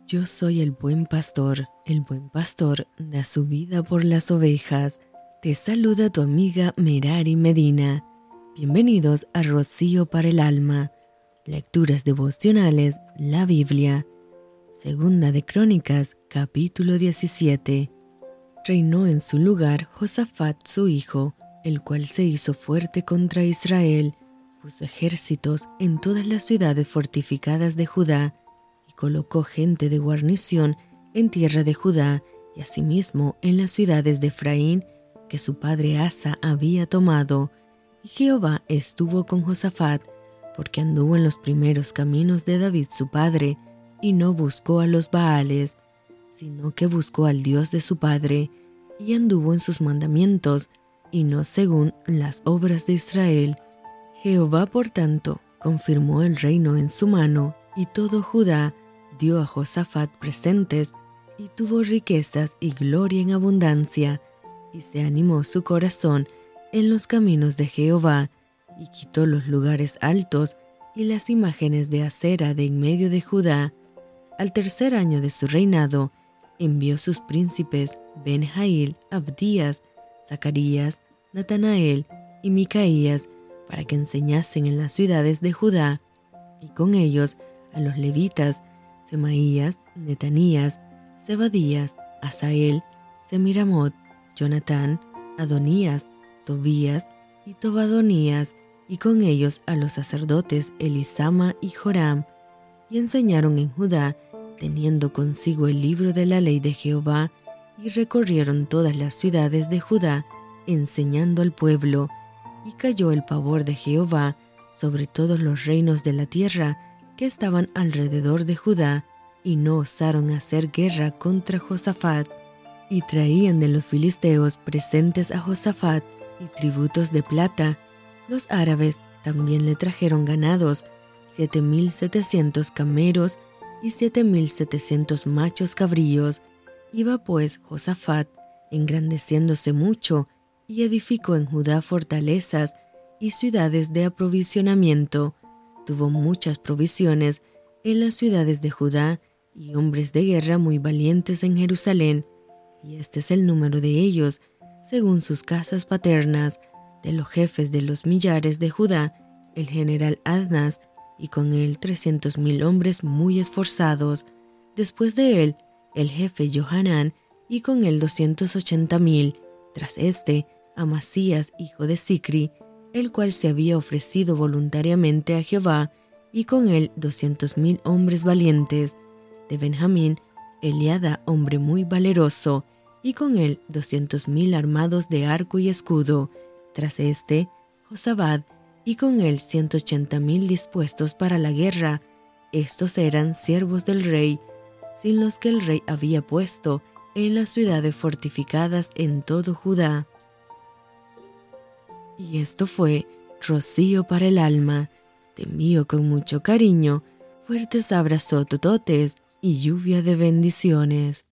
Yo soy el buen pastor da su vida por las ovejas. Te saluda tu amiga Merari Medina. Bienvenidos a Rocío para el Alma. Lecturas devocionales, la Biblia. Segunda de Crónicas, capítulo 17. Reinó en su lugar Josafat su hijo, el cual se hizo fuerte contra Israel, puso ejércitos en todas las ciudades fortificadas de Judá, y colocó gente de guarnición en tierra de Judá, y asimismo en las ciudades de Efraín, que su padre Asa había tomado. Y Jehová estuvo con Josafat, porque anduvo en los primeros caminos de David su padre, y no buscó a los Baales, sino que buscó al Dios de su padre, y anduvo en sus mandamientos, y no según las obras de Israel. Jehová, por tanto, confirmó el reino en su mano, y todo Judá dio a Josafat presentes, y tuvo riquezas y gloria en abundancia, y se animó su corazón en los caminos de Jehová, y quitó los lugares altos y las imágenes de acera de en medio de Judá. Al tercer año de su reinado, envió sus príncipes Ben-Jail, Abdías, Zacarías, Natanael y Micaías para que enseñasen en las ciudades de Judá, y con ellos a los levitas Semaías, Netanías, Zebadías, Asael, Semiramot, Jonatán, Adonías, Tobías y Tobadonías, y con ellos a los sacerdotes Elisama y Joram, y enseñaron en Judá, teniendo consigo el libro de la ley de Jehová, y recorrieron todas las ciudades de Judá, enseñando al pueblo, y cayó el pavor de Jehová sobre todos los reinos de la tierra que estaban alrededor de Judá, y no osaron hacer guerra contra Josafat. Y traían de los filisteos presentes a Josafat y tributos de plata. Los árabes también le trajeron ganados, 7,700 cameros y 7,700 machos cabríos. Iba pues Josafat engrandeciéndose mucho, y edificó en Judá fortalezas y ciudades de aprovisionamiento. Tuvo muchas provisiones en las ciudades de Judá, y hombres de guerra muy valientes en Jerusalén. Y este es el número de ellos, según sus casas paternas: de los jefes de los millares de Judá, el general Adnas, y con él 300,000 hombres muy esforzados. Después de él, el jefe Johanán, y con él 280,000. Tras este, Amasías, hijo de Sicri, el cual se había ofrecido voluntariamente a Jehová, y con él 200,000 hombres valientes. De Benjamín, Eliada, hombre muy valeroso, y con él 200,000 armados de arco y escudo. Tras este, Josabad, y con él 180,000 dispuestos para la guerra. Estos eran siervos del rey, sin los que el rey había puesto en las ciudades fortificadas en todo Judá. Y esto fue Rocío para el Alma. Te envío con mucho cariño, fuertes abrazos tototes y lluvia de bendiciones.